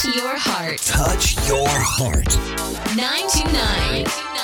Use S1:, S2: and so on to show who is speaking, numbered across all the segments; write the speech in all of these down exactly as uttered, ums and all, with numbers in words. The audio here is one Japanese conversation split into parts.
S1: your heart.
S2: Touch your heart.
S1: nine two nine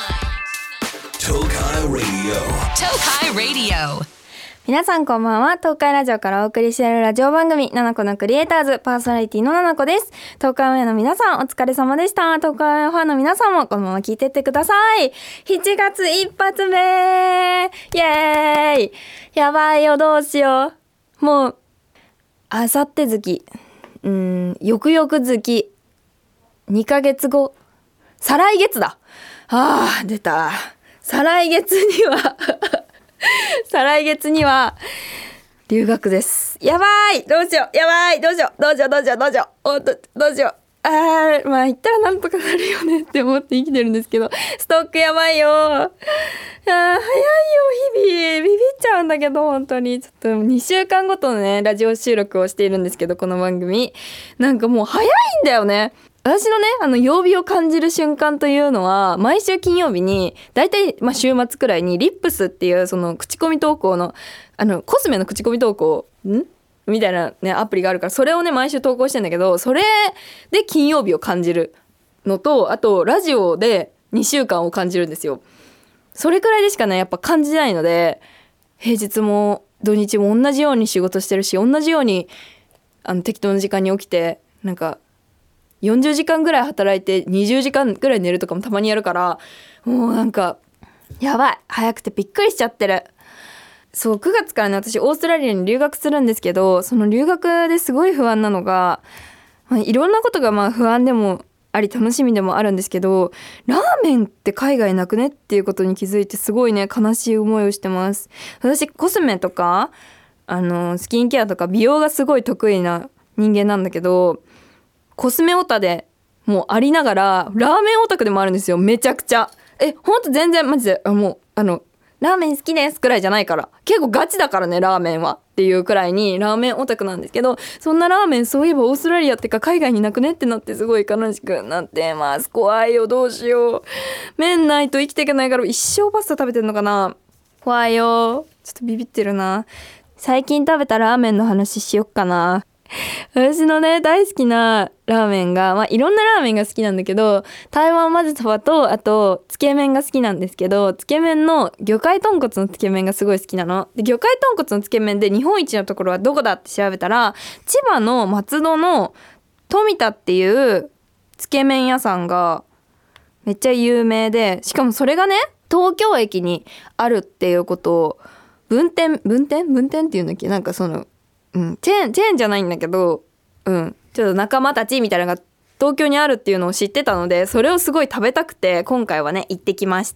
S2: Tokai Radio.
S1: Tokai Radio.
S3: 皆さんこんばんは。東海ラジオからお送りしているラジオ番組、ナナコのクリエイターズ、パーソナリティのナナコです。東海オンエアの皆さんお疲れ様でした。東海オンエアファンの皆さんもこのまま聞いてってください。しちがつ一発目、イエーイ。やばいよ、どうしよう。もうあさって月、うーん翌々月、にかげつご、再来月だ。あー出た。再来月には再来月には留学です。やばい、どうしよう、やばい、どうしよう、どうしよう、どうしよう、どうしよう、おどどうしよう。あーまあ言ったらなんとかなるよねって思って生きてるんですけど、ストックやばいよ。あー早いよ、日々ビビっちゃうんだけど、本当にちょっとにしゅうかんごとのねラジオ収録をしているんですけど、この番組なんかもう早いんだよね。私のねあの曜日を感じる瞬間というのは、毎週金曜日にだいたいまあ週末くらいにリップスっていうその口コミ投稿のあのコスメの口コミ投稿んみたいなねアプリがあるから、それをね毎週投稿してんだけど、それで金曜日を感じるのと、あとラジオでにしゅうかんを感じるんですよ。それくらいでしかねやっぱ感じないので、平日も土日も同じように仕事してるし、同じようにあの適当な時間に起きて、なんかよんじゅうじかんぐらい働いてにじゅうじかんぐらい寝るとかもたまにやるから、もうなんかやばい、早くてびっくりしちゃってる。そうくがつからね私オーストラリアに留学するんですけど、その留学ですごい不安なのが、まあ、いろんなことがまあ不安でもあり楽しみでもあるんですけど、ラーメンって海外なくねっていうことに気づいて、すごいね悲しい思いをしてます。私コスメとかあのスキンケアとか美容がすごい得意な人間なんだけど、コスメオタでもうありながらラーメンオタクでもあるんですよ。めちゃくちゃえほんと全然マジであもうあのラーメン好きですくらいじゃないから、結構ガチだからねラーメンはっていうくらいにラーメンオタクなんですけど、そんなラーメンそういえばオーストラリアってか海外になくねってなって、すごい悲しくなってます。怖いよ、どうしよう。麺ないと生きていけないから一生パスタ食べてんのかな。怖いよ、ちょっとビビってるな。最近食べたラーメンの話しよっかな。私のね大好きなラーメンが、まあ、いろんなラーメンが好きなんだけど、台湾混ぜそばとあとつけ麺が好きなんですけど、つけ麺の魚介豚骨のつけ麺がすごい好きなので、魚介豚骨のつけ麺で日本一のところはどこだって調べたら、千葉の松戸の富田っていうつけ麺屋さんがめっちゃ有名で、しかもそれがね東京駅にあるっていうことを分店分店分店っていうんだっけ、なんかそのうん、チェーンチェーンじゃないんだけど、うん、ちょっと仲間たちみたいなのが東京にあるっていうのを知ってたので、それをすごい食べたくて今回はね行ってきました。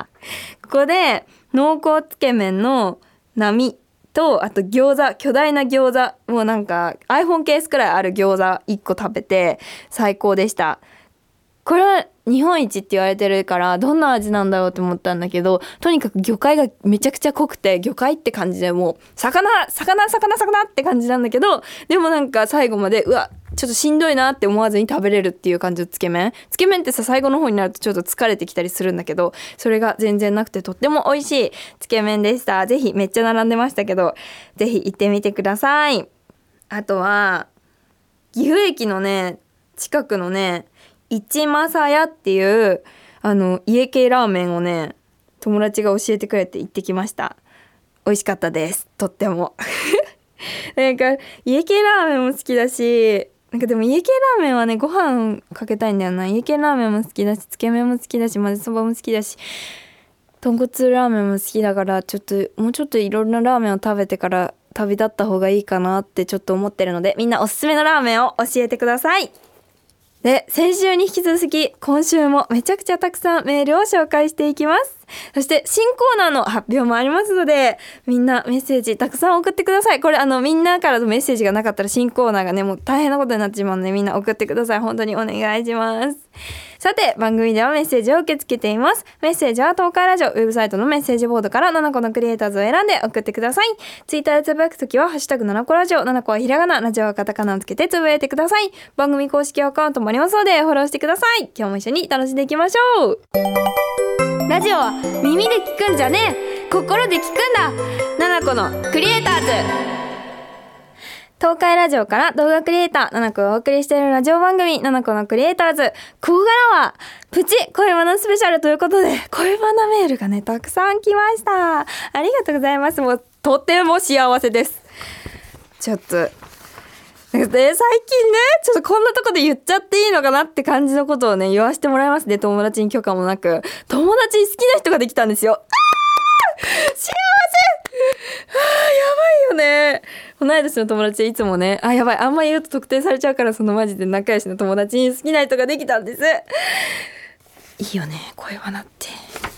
S3: ここで濃厚つけ麺の波と、あと餃子、巨大な餃子、もうなんか iPhone ケースくらいある餃子いっこ食べて最高でした。これは日本一って言われてるからどんな味なんだろうって思ったんだけど、とにかく魚介がめちゃくちゃ濃くて、魚介って感じでもう魚魚魚魚って感じなんだけど、でもなんか最後までうわちょっとしんどいなって思わずに食べれるっていう感じのつけ麺。つけ麺ってさ最後の方になるとちょっと疲れてきたりするんだけど、それが全然なくてとっても美味しいつけ麺でした。ぜひ、めっちゃ並んでましたけどぜひ行ってみてください。あとは岐阜駅のね近くのね一正屋っていうあの家系ラーメンをね友達が教えてくれて行ってきました。美味しかったです、とってもなんか家系ラーメンも好きだし、なんかでも家系ラーメンはねご飯かけたいんだよな。家系ラーメンも好きだし、つけ麺も好きだし、混ぜそばも好きだし、豚骨ラーメンも好きだから、ちょっともうちょっといろんなラーメンを食べてから旅立った方がいいかなってちょっと思ってるので、みんなおすすめのラーメンを教えてください。で、先週に引き続き今週もめちゃくちゃたくさんメールを紹介していきます。そして新コーナーの発表もありますので、みんなメッセージたくさん送ってください。これあのみんなからのメッセージがなかったら新コーナーがねもう大変なことになってしまうので、みんな送ってください。本当にお願いします。さて番組ではメッセージを受け付けています。メッセージは東海ラジオウェブサイトのメッセージボードからななこのクリエイターズを選んで送ってください。ツイッターでつぶやくときはハッシュタグななこラジオ、ななこはひらがな、ラジオはカタカナをつけてつぶやいてください。番組公式アカウントもありますのでフォローしてください。今日も一緒に楽しんでいきましょう。ラジオは耳で聞くんじゃねえ、心で聞くんだ。ななこのクリエイターズ。 東海ラジオから動画クリエイターナナコがお送りしているラジオ番組ナナコのクリエイターズ。ここからはプチ恋バナスペシャルということで、恋バナメールがねたくさん来ました。ありがとうございます。もうとても幸せです。ちょっとで最近ねちょっとこんなとこで言っちゃっていいのかなって感じのことをね言わせてもらいますね。友達に許可もなく友達に好きな人ができたんですよ。あー幸せ。あーやばいよね。同い年の友達でいつもね、あやばいあんま言うと特定されちゃうから、そのマジで仲良しの友達に好きな人ができたんです。いいよね恋バナって。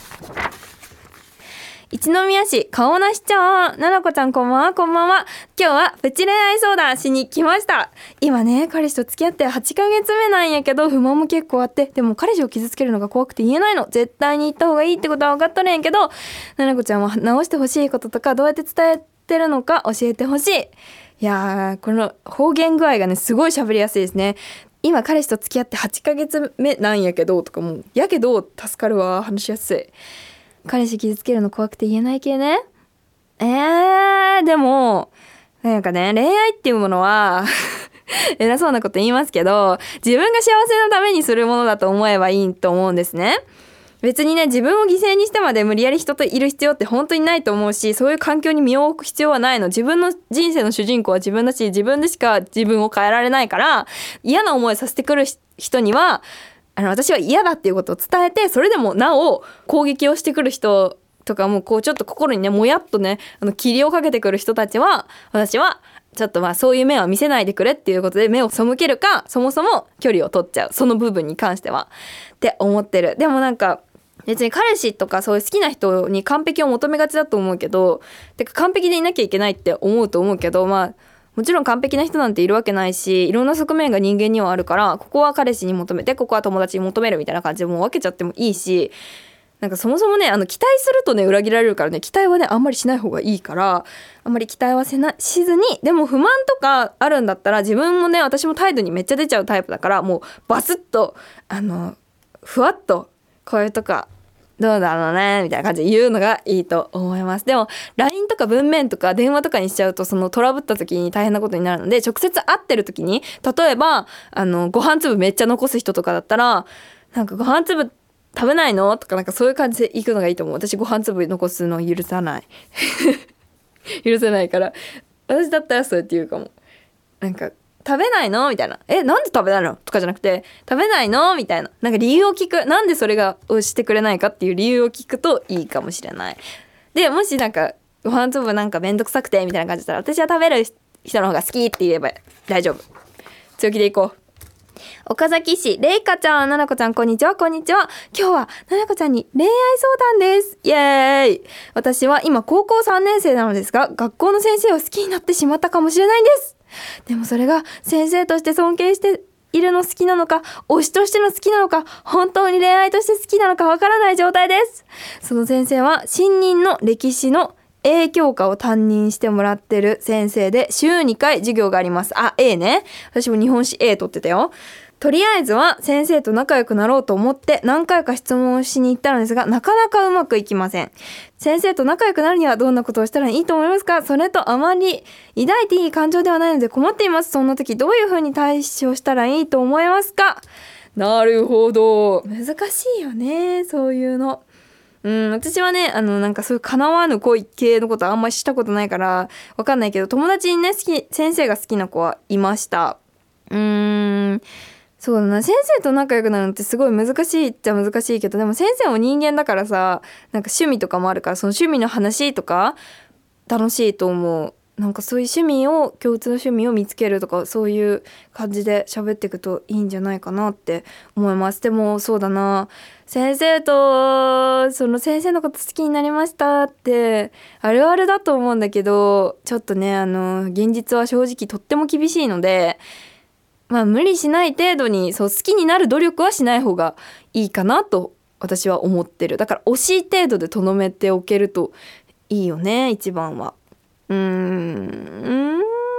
S3: 一宮市顔なし町、ななこちゃんこんばんは。こんばんは。今日はプチ恋愛相談しに来ました。今ね彼氏と付き合ってはちかげつめなんやけど、不満も結構あって、でも彼氏を傷つけるのが怖くて言えないの。絶対に言った方がいいってことは分かっとるんやけど、ななこちゃんは直してほしいこととかどうやって伝えてるのか教えてほしい。いやーこの方言具合がねすごい喋りやすいですね。今彼氏と付き合ってはちかげつめなんやけどとか、もうやけど助かるわ。話しやすい。彼氏傷つけるの怖くて言えない系ね。えーでもなんかね恋愛っていうものは偉そうなこと言いますけど、自分が幸せのためにするものだと思えばいいと思うんですね。別にね自分を犠牲にしてまで無理やり人といる必要って本当にないと思うし、そういう環境に身を置く必要はないの。自分の人生の主人公は自分だし、自分でしか自分を変えられないから、嫌な思いさせてくる人にはあの私は嫌だっていうことを伝えて、それでもなお攻撃をしてくる人とかもこうちょっと心にねもやっとねあの霧をかけてくる人たちは、私はちょっとまあそういう面は見せないでくれっていうことで目を背けるか、そもそも距離を取っちゃう、その部分に関してはって思ってる。でもなんか別に彼氏とかそういう好きな人に完璧を求めがちだと思うけど、てか完璧でいなきゃいけないって思うと思うけど、まあもちろん完璧な人なんているわけないし、いろんな側面が人間にはあるから、ここは彼氏に求めてここは友達に求めるみたいな感じでもう分けちゃってもいいし、なんかそもそもねあの期待するとね裏切られるからね、期待はねあんまりしない方がいいから、あんまり期待はせなしずに、でも不満とかあるんだったら自分もね私も態度にめっちゃ出ちゃうタイプだから、もうバスッとあのふわっとこういうとかどうだろうねみたいな感じで言うのがいいと思います。でも ライン とか文面とか電話とかにしちゃうと、そのトラブった時に大変なことになるので、直接会ってる時に例えばあのご飯粒めっちゃ残す人とかだったら、なんかご飯粒食べないのとかなんかそういう感じで行くのがいいと思う。私ご飯粒残すの許さない許せないから、私だったらそうやって言うかも。なんか食べないのみたいな、えなんで食べないのとかじゃなくて、食べないのみたいな、なんか理由を聞く、なんでそれがをしてくれないかっていう理由を聞くといいかもしれない。でもしなんかご飯粒なんかめんどくさくてみたいな感じだったら、私は食べる人の方が好きって言えば大丈夫。強気でいこう。岡崎市れいかちゃん、ななこちゃんこんにちは。こんにちは。今日はななこちゃんに恋愛相談です。イエーイ。私は今高校さんねん生なのですが、学校の先生を好きになってしまったかもしれないんです。でもそれが先生として尊敬しているの好きなのか、推しとしての好きなのか、本当に恋愛として好きなのかわからない状態です。その先生は新任の歴史のA教科を担任してもらってる先生で、週にかい授業があります。あ、A ね。私も日本史 A 取ってたよ。とりあえずは先生と仲良くなろうと思って何回か質問をしに行ったのですが、なかなかうまくいきません。先生と仲良くなるにはどんなことをしたらいいと思いますか？それとあまり抱いていい感情ではないので困っています。そんな時どういう風に対処したらいいと思いますか？なるほど。難しいよね、そういうの。うん、私はねあのなんかそういう叶わぬ恋系のことあんまりしたことないからわかんないけど、友達にね好き先生が好きな子はいました。うーんそうだな、先生と仲良くなるのってすごい難しいっちゃ難しいけど、でも先生も人間だからさ、なんか趣味とかもあるから、その趣味の話とか楽しいと思う。なんかそういう趣味を共通の趣味を見つけるとか、そういう感じで喋っていくといいんじゃないかなって思います。でもそうだな、先生とその先生のこと好きになりましたってあるあるだと思うんだけど、ちょっとねあの現実は正直とっても厳しいので、まあ無理しない程度にそう好きになる努力はしない方がいいかなと私は思ってる。だから推しい程度でとどめておけるといいよね、一番は。うーん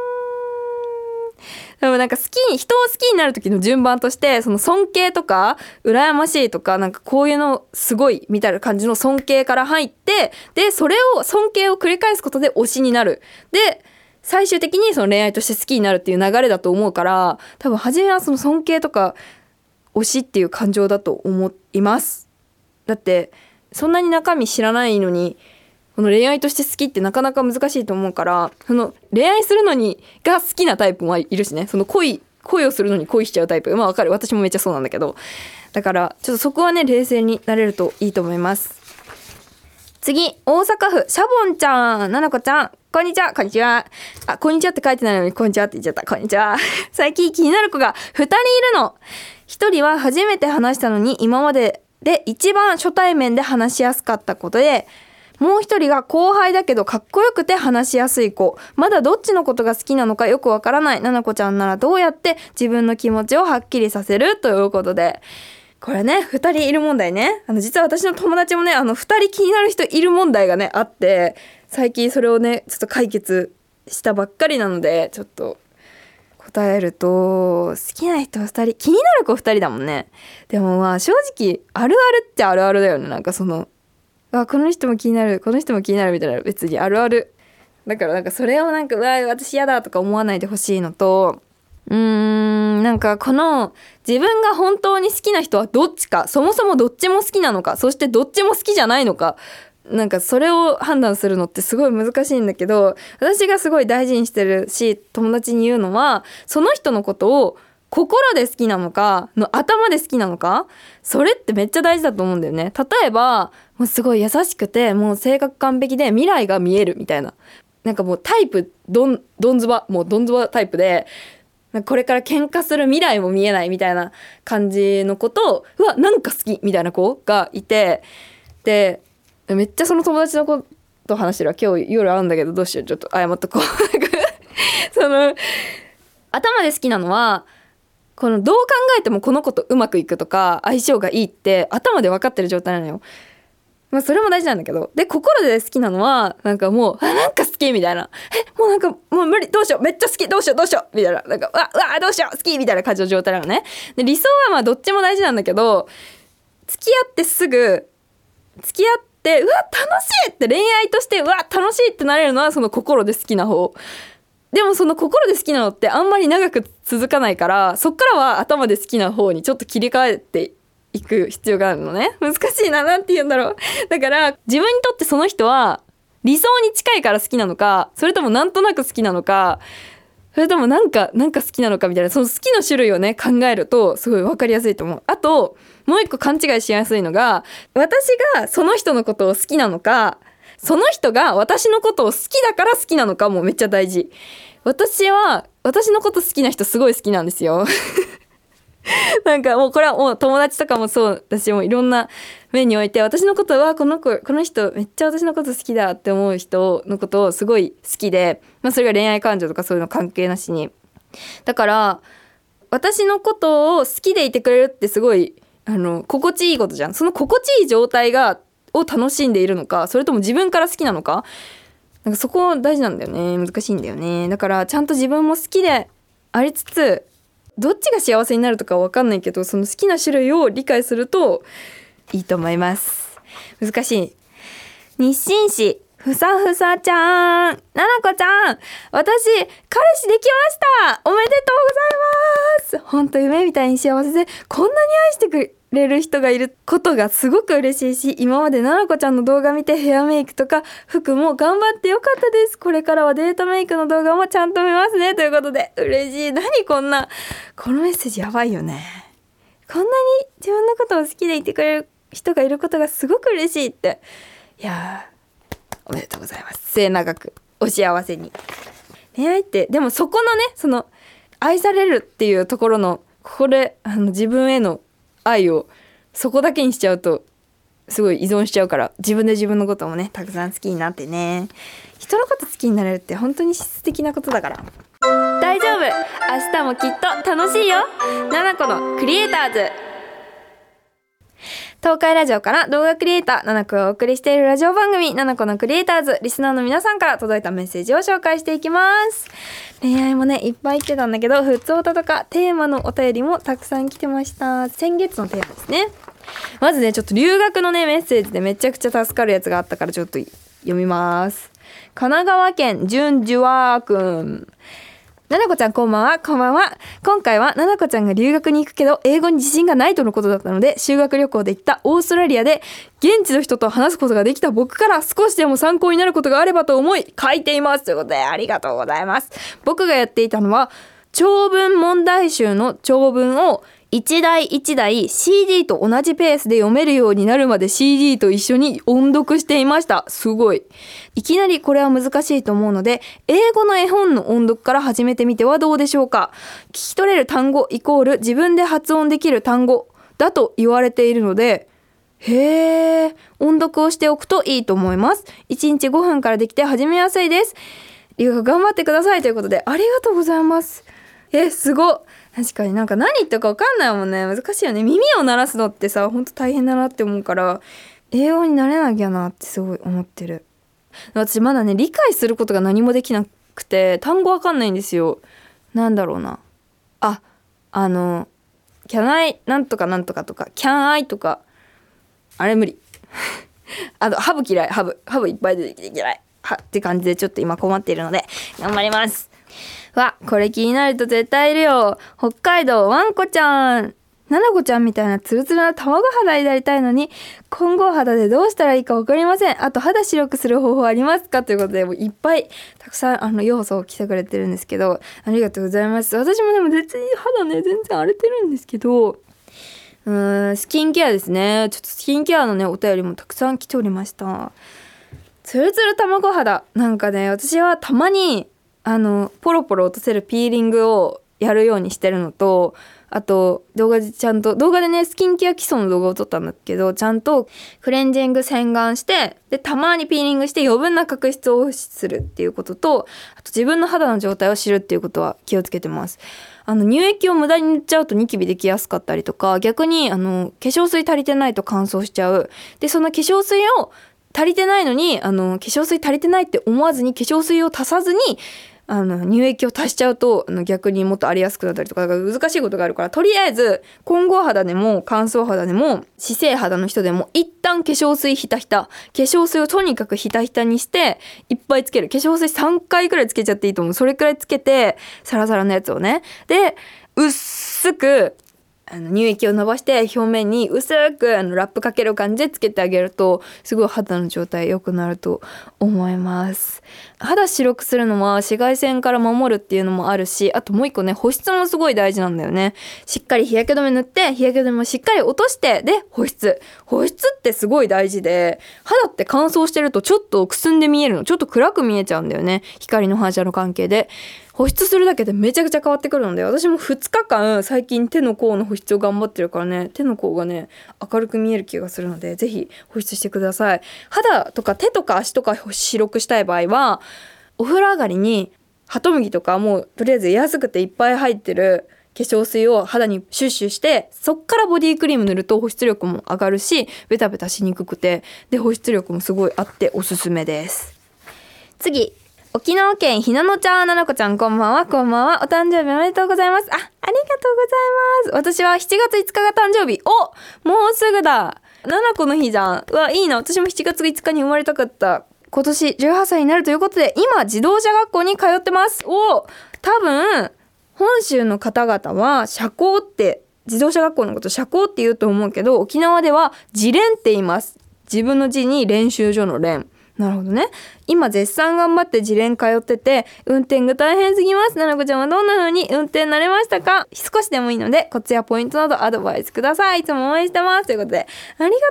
S3: でもなんか好きに人を好きになる時の順番として、その尊敬とか羨ましいとかなんかこういうのすごいみたいな感じの尊敬から入って、でそれを尊敬を繰り返すことで推しになる。で最終的にその恋愛として好きになるっていう流れだと思うから、多分初めはその尊敬とか推しっていう感情だと思います。だってそんなに中身知らないのにこの恋愛として好きってなかなか難しいと思うから、その恋愛するのにが好きなタイプもいるしね、その恋恋をするのに恋しちゃうタイプ、まあわかる、私もめっちゃそうなんだけど、だからちょっとそこはね冷静になれるといいと思います。次、大阪府シャボンちゃん、ななこちゃん、こんにちは。こんにちは。あ、こんにちはって書いてないのにこんにちはって言っちゃった。こんにちは。最近気になる子がふたりいるの。ひとりは初めて話したのに今までで一番初対面で話しやすかったことで、もう一人が後輩だけどかっこよくて話しやすい子。まだどっちのことが好きなのかよくわからないななこちゃんならどうやって自分の気持ちをはっきりさせるということで、これねふたりいる問題ね。あの実は私の友達もねあのふたり気になる人いる問題がねあって、最近それをねちょっと解決したばっかりなので、ちょっと答えると、好きな人ふたり、気になる子ふたりだもんね。でもまあ正直あるあるっちゃあるあるだよね。なんかそのあこの人も気になるこの人も気になるみたいな、別にあるあるだから、なんかそれをなんかうわ私やだとか思わないでほしいのと、うーんなんかこの自分が本当に好きな人はどっちか、そもそもどっちも好きなのか、そしてどっちも好きじゃないのか、なんかそれを判断するのってすごい難しいんだけど、私がすごい大事にしてるし友達に言うのは、その人のことを心で好きなのかの頭で好きなのか、それってめっちゃ大事だと思うんだよね。例えばもうすごい優しくてもう性格完璧で未来が見えるみたいな、なんかもうタイプどんどんずばもうどんずばタイプで、これから喧嘩する未来も見えないみたいな感じの子と、うわなんか好きみたいな子がいて、でめっちゃその友達の子と話してるわ。今日夜会うんだけどどうしよう、ちょっと謝っとこうその頭で好きなのは、このどう考えてもこの子とうまくいくとか相性がいいって頭で分かってる状態なのよ。まあそれも大事なんだけど、で心で好きなのはなんかもうあなんか好きみたいな、えもうなんかもう無理どうしようめっちゃ好きどうしようどうしようみたいな、なんかうわうわどうしよう好きみたいな感じの状態なのね。で理想はまあどっちも大事なんだけど、付き合ってすぐ付き合ってうわ楽しいって恋愛としてうわ楽しいってなれるのはその心で好きな方。でもその心で好きなのってあんまり長く続かないから、そっからは頭で好きな方にちょっと切り替えていく必要があるのね。難しいな、なんて言うんだろう。だから自分にとってその人は理想に近いから好きなのか、それともなんとなく好きなのか、それともなんかなんか好きなのかみたいな、その好きの種類をね考えるとすごい分かりやすいと思う。あともう一個勘違いしやすいのが、私がその人のことを好きなのか、その人が私のことを好きだから好きなのかもめっちゃ大事。私は私のこと好きな人すごい好きなんですよなんかもうこれはもう友達とかもそう、私もいろんな面において私のことはこの子この人めっちゃ私のこと好きだって思う人のことをすごい好きで、まあ、それが恋愛感情とかそういうの関係なしに、だから私のことを好きでいてくれるってすごいあの心地いいことじゃん。その心地いい状態がを楽しんでいるのか、それとも自分から好きなのか、なんかそこ大事なんだよね。難しいんだよね。だからちゃんと自分も好きでありつつ、どっちが幸せになるとかは分かんないけど、その好きな種類を理解するといいと思います。難しい。日清市ふさふさちゃん、ななこちゃん、私彼氏できました。おめでとうございます。本当夢みたいに幸せで、こんなに愛してくれる人がいることがすごく嬉しいし、今までななこちゃんの動画見てヘアメイクとか服も頑張ってよかったです。これからはデートメイクの動画もちゃんと見ますね、ということで嬉しい。何こんな、このメッセージやばいよね。こんなに自分のことを好きでいてくれる人がいることがすごく嬉しいって、いやーおめでとうございます。末永くお幸せに。恋愛ってでもそこのね、その愛されるっていうところのここであの自分への愛をそこだけにしちゃうとすごい依存しちゃうから、自分で自分のこともねたくさん好きになってね、人のこと好きになれるって本当に素敵なことだから。大丈夫、明日もきっと楽しいよ。ななこのクリエイターズ。東海ラジオから動画クリエイターななこがお送りしているラジオ番組ななこのクリエイターズ。リスナーの皆さんから届いたメッセージを紹介していきます。恋愛もねいっぱい来てたんだけど、ふつおたとかテーマのお便りもたくさん来てました。先月のテーマですね。まずねちょっと留学のねメッセージでめちゃくちゃ助かるやつがあったからちょっと読みます。 神奈川県じゅんじゅわーくん。ななこちゃんこんばんは。こんばんは。今回はななこちゃんが留学に行くけど英語に自信がないとのことだったので、修学旅行で行ったオーストラリアで現地の人と話すことができた僕から少しでも参考になることがあればと思い書いています。ということでありがとうございます。僕がやっていたのは長文問題集の長文を一台一台 シーディー と同じペースで読めるようになるまで シーディー と一緒に音読していました。すごい。いきなりこれは難しいと思うので、英語の絵本の音読から始めてみてはどうでしょうか。聞き取れる単語イコール自分で発音できる単語だと言われているので、へー、音読をしておくといいと思います。いちにちごふんからできて始めやすいです。留学頑張ってくださいということでありがとうございます。え、すごっ。確かになんか何言ったか分かんないもんね。難しいよね。耳を鳴らすのってさ、ほんと大変だなって思うから、英語になれなきゃなってすごい思ってる。私まだね、理解することが何もできなくて、単語わかんないんですよ。なんだろうな。あ、あの can I なんとかなんとかとか can I とか、あれ無理あとハブ嫌い、ハブハブいっぱい出てきて嫌いはって感じでちょっと今困っているので頑張ります。わ、これ気になると絶対いるよ。北海道ワンコちゃん。ななこちゃんみたいなツルツルな卵肌になりたいのに混合肌でどうしたらいいか分かりません。あと肌白くする方法ありますかということで、もういっぱいたくさんあの要素を来てくれてるんですけど、ありがとうございます。私もでも別に肌ね全然荒れてるんですけど、うーんスキンケアですね。ちょっとスキンケアのねお便りもたくさん来ておりました。ツルツル卵肌なんかね、私はたまにあのポロポロ落とせるピーリングをやるようにしてるのと、あと動画でちゃんと動画でねスキンケア基礎の動画を撮ったんだけど、ちゃんとクレンジング洗顔して、でたまにピーリングして余分な角質を放出するっていうことと、あと自分の肌の状態を知るっていうことは気をつけてます。あの乳液を無駄に塗っちゃうとニキビできやすかったりとか、逆にあの化粧水足りてないと乾燥しちゃう。でその化粧水を足りてないのにあの化粧水足りてないって思わずに化粧水を足さずにあの乳液を足しちゃうとあの逆にもっと荒れやすくなったりとか難しいことがあるから、とりあえず混合肌でも乾燥肌でも姿勢肌の人でも一旦化粧水ひたひた化粧水をとにかくひたひたにしていっぱいつける。化粧水さんかいくらいつけちゃっていいと思う。それくらいつけてサラサラのやつをね、で薄くあの乳液を伸ばして表面に薄くあのラップかける感じでつけてあげるとすごい肌の状態良くなると思います。肌白くするのは紫外線から守るっていうのもあるし、あともう一個ね保湿もすごい大事なんだよね。しっかり日焼け止め塗って日焼け止めもしっかり落としてで保湿保湿ってすごい大事で、肌って乾燥してるとちょっとくすんで見えるの、ちょっと暗く見えちゃうんだよね、光の反射の関係で。保湿するだけでめちゃくちゃ変わってくるので、私もふつかかん最近手の甲の保湿を頑張ってるからね、手の甲がね明るく見える気がするのでぜひ保湿してください。肌とか手とか足とか白くしたい場合はお風呂上がりにハトムギとかもうとりあえず安くていっぱい入ってる化粧水を肌にシュッシュして、そっからボディクリーム塗ると保湿力も上がるしベタベタしにくくて、で保湿力もすごいあっておすすめです。次、沖縄県ひなのちゃん、ななこちゃんこんばんは。こんばんは。お誕生日おめでとうございます。あ、ありがとうございます。私はしちがついつかが誕生日。お、もうすぐだ。ななこの日じゃん。うわ、いいな。私もしちがついつかに生まれたかった。今年じゅうはっさいになるということで、今自動車学校に通ってます。お、多分本州の方々は車高って自動車学校のこと車高って言うと思うけど、沖縄では自練って言います。自分の字に練習所の練。なるほどね。今絶賛頑張って自練通ってて運転が大変すぎます。ななこちゃんはどんな風に運転慣れましたか？少しでもいいのでコツやポイントなどアドバイスください。いつも応援してますということでありがとうございます。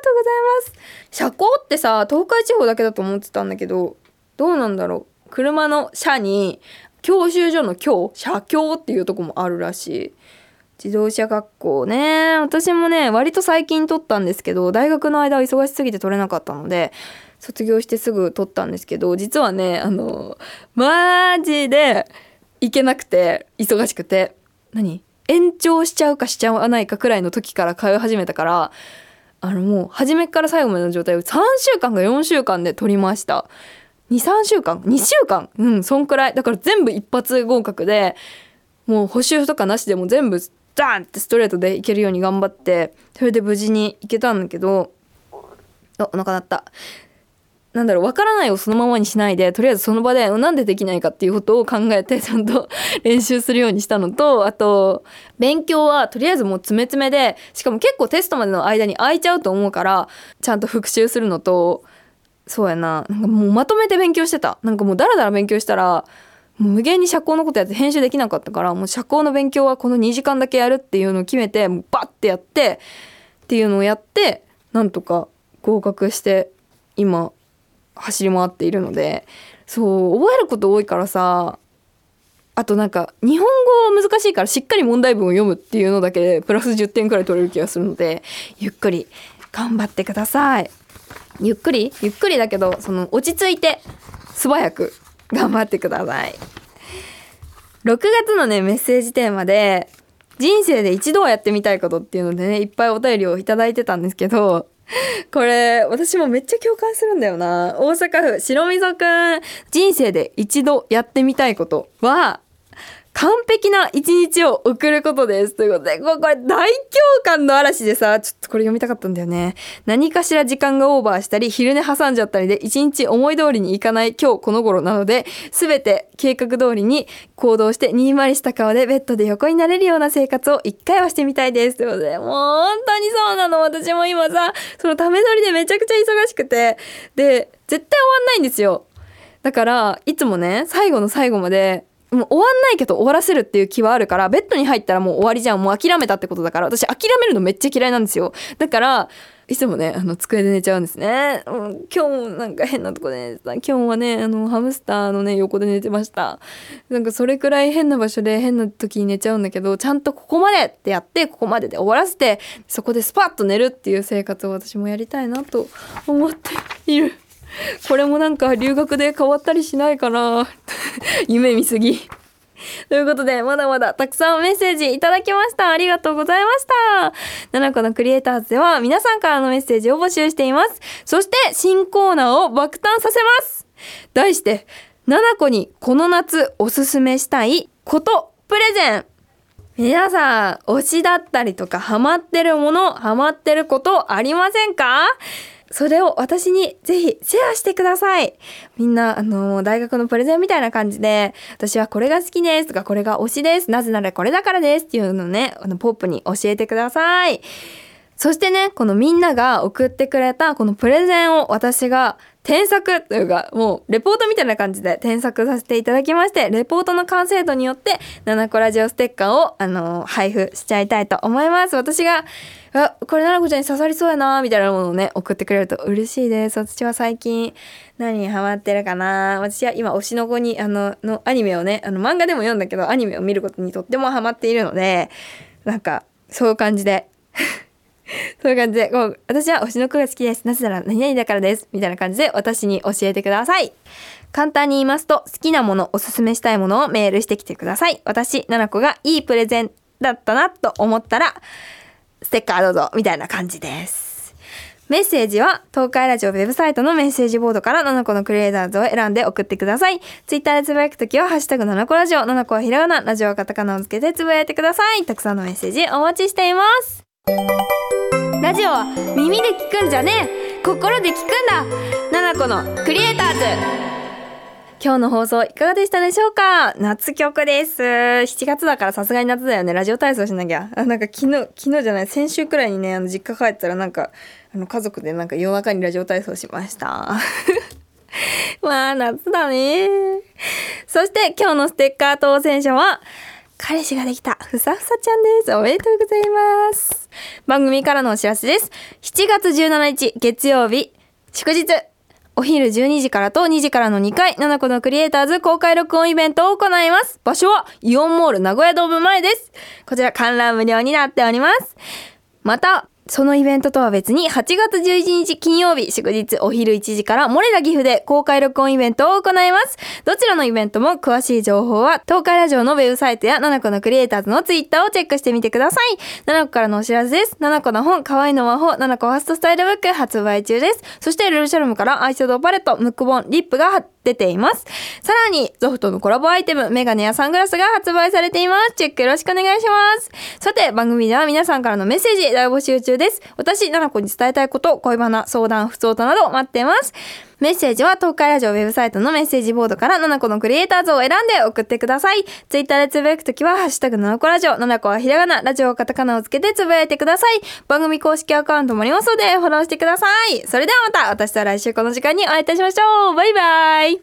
S3: 車高ってさ東海地方だけだと思ってたんだけど、どうなんだろう。車の車に教習所の教車教っていうとこもあるらしい。自動車学校ね、私もね割と最近取ったんですけど、大学の間は忙しすぎて取れなかったので卒業してすぐ取ったんですけど、実はねあのマジで行けなくて忙しくて、何延長しちゃうかしちゃわないかくらいの時から通い始めたから、あのもう初めから最後までの状態をさんしゅうかんかよんしゅうかんで取りました。にさんしゅうかんにしゅうかんうんそんくらいだから全部一発合格で、もう補習とかなしでも全部ダーンってストレートでいけるように頑張って、それで無事に行けたんだけど、あ、お腹鳴った。 なんだろう、わからないをそのままにしないで、とりあえずその場でなんでできないかっていうことを考えてちゃんと練習するようにしたのと、あと勉強はとりあえずもう詰め詰めで、しかも結構テストまでの間に空いちゃうと思うからちゃんと復習するのと、そうやな、なんかもうまとめて勉強してた。なんかもうダラダラ勉強したらもう無限に社交のことやって編集できなかったから、もう社交の勉強はこのにじかんだけやるっていうのを決めて、もうバッてやってっていうのをやって、なんとか合格して今走り回っているので、そう覚えること多いからさ、あとなんか日本語難しいからしっかり問題文を読むっていうのだけでプラスじゅってんくらい取れる気がするので、ゆっくり頑張ってください。ゆっくりゆっくりだけど、その落ち着いて素早く頑張ってください。ろくがつのねメッセージテーマで、人生で一度はやってみたいことっていうのでね、いっぱいお便りをいただいてたんですけど、これ私もめっちゃ共感するんだよな。大阪府白みぞくん、人生で一度やってみたいことは完璧な一日を送ることですということで、これ大共感の嵐でさ、ちょっとこれ読みたかったんだよね。何かしら時間がオーバーしたり昼寝挟んじゃったりで一日思い通りにいかない今日この頃なので、全て計画通りに行動してにんまりした顔でベッドで横になれるような生活を一回はしてみたいですということで、もう本当にそうなの。私も今さ、そのため撮りでめちゃくちゃ忙しくて、で絶対終わんないんですよ。だからいつもね、最後の最後までもう終わんないけど終わらせるっていう気はあるから、ベッドに入ったらもう終わりじゃん、もう諦めたってことだから、私諦めるのめっちゃ嫌いなんですよ。だからいつもね、あの机で寝ちゃうんですね。うん、今日もなんか変なとこで寝てた。今日はね、あのハムスターのね横で寝てました。なんかそれくらい変な場所で変な時に寝ちゃうんだけど、ちゃんとここまでってやって、ここまでで終わらせて、そこでスパッと寝るっていう生活を私もやりたいなと思っている。これもなんか留学で変わったりしないかな夢見すぎということで、まだまだたくさんメッセージいただきました。ありがとうございました。ななこのクリエイターズでは皆さんからのメッセージを募集しています。そして新コーナーを爆誕させます。題して、ななこにこの夏おすすめしたいことプレゼン。皆さん推しだったりとかハマってるもの、ハマってることありませんか？それを私にぜひシェアしてください。みんなあの大学のプレゼンみたいな感じで、私はこれが好きですとか、これが推しです、なぜならこれだからですっていうのをね、あのポップに教えてください。そしてね、このみんなが送ってくれたこのプレゼンを私が添削というか、もうレポートみたいな感じで添削させていただきまして、レポートの完成度によってななこラジオステッカーをあの配布しちゃいたいと思います。私があこれななこちゃんに刺さりそうやなみたいなものをね送ってくれると嬉しいです。私は最近何にハマってるかな。私は今推しの子にあののアニメをね、あの漫画でも読んだけどアニメを見ることにとってもハマっているので、なんかそういう感じでそういう感じで、こう私は推しの子が好きです、なぜなら何々だからですみたいな感じで私に教えてください。簡単に言いますと、好きなもの、おすすめしたいものをメールしてきてください。私ななこがいいプレゼンだったなと思ったらステッカーどうぞみたいな感じです。メッセージは東海ラジオウェブサイトのメッセージボードからななこのクリエイターズを選んで送ってください。ツイッターでつぶやくときはハッシュタグななこラジオ、ななこはひらがな、ラジオはカタカナをつけてつぶやいてください。たくさんのメッセージお待ちしています。ラジオは耳で聞くんじゃねえ、心で聞くんだ。ななこのクリエイターズ。今日の放送いかがでしたでしょうか。夏曲です。しちがつだからさすがに夏だよね。ラジオ体操しなきゃ。あなんか昨日昨日じゃない先週くらいにね、あの実家帰ったらなんかあの家族でなんか夜中にラジオ体操しましたまあ夏だね。そして今日のステッカー当選者は彼氏ができたふさふさちゃんです。おめでとうございます。番組からのお知らせです。しちがつじゅうしちにち月曜日祝日、お昼じゅうにじからとにじからのにかい、ななこのクリエイターズ公開録音イベントを行います。場所はイオンモール名古屋ドーム前です。こちら観覧無料になっております。またそのイベントとは別にはちがつじゅういちにち金曜日祝日お昼いちじからモレラ岐阜で公開録音イベントを行います。どちらのイベントも詳しい情報は東海ラジオのウェブサイトやななこのクリエイターズのツイッターをチェックしてみてください。ななこからのお知らせです。ななこの本かわいいの魔法ななこファーストスタイルブック発売中です。そしてルルシャルムからアイシャドウパレット、ムックボン、リップが出ています。さらにゾフトのコラボアイテムメガネやサングラスが発売されています。チェックよろしくお願いします。さて番組では皆さんからのメッセージ大募集中です。私ななこに伝えたいこと、恋バナ、相談、不相談など待っています。 メッセージは東海ラジオウェブサイトのメッセージボードからななこのクリエイターズを選んで送ってください。ツイッターでつぶやくときはハッシュタグななこラジオ、ななこはひらがな、ラジオはカタカナをつけてつぶやいてください。番組公式アカウントもありますのでフォローしてください。それではまた私と来週この時間にお会いいたしましょう。バイバイ。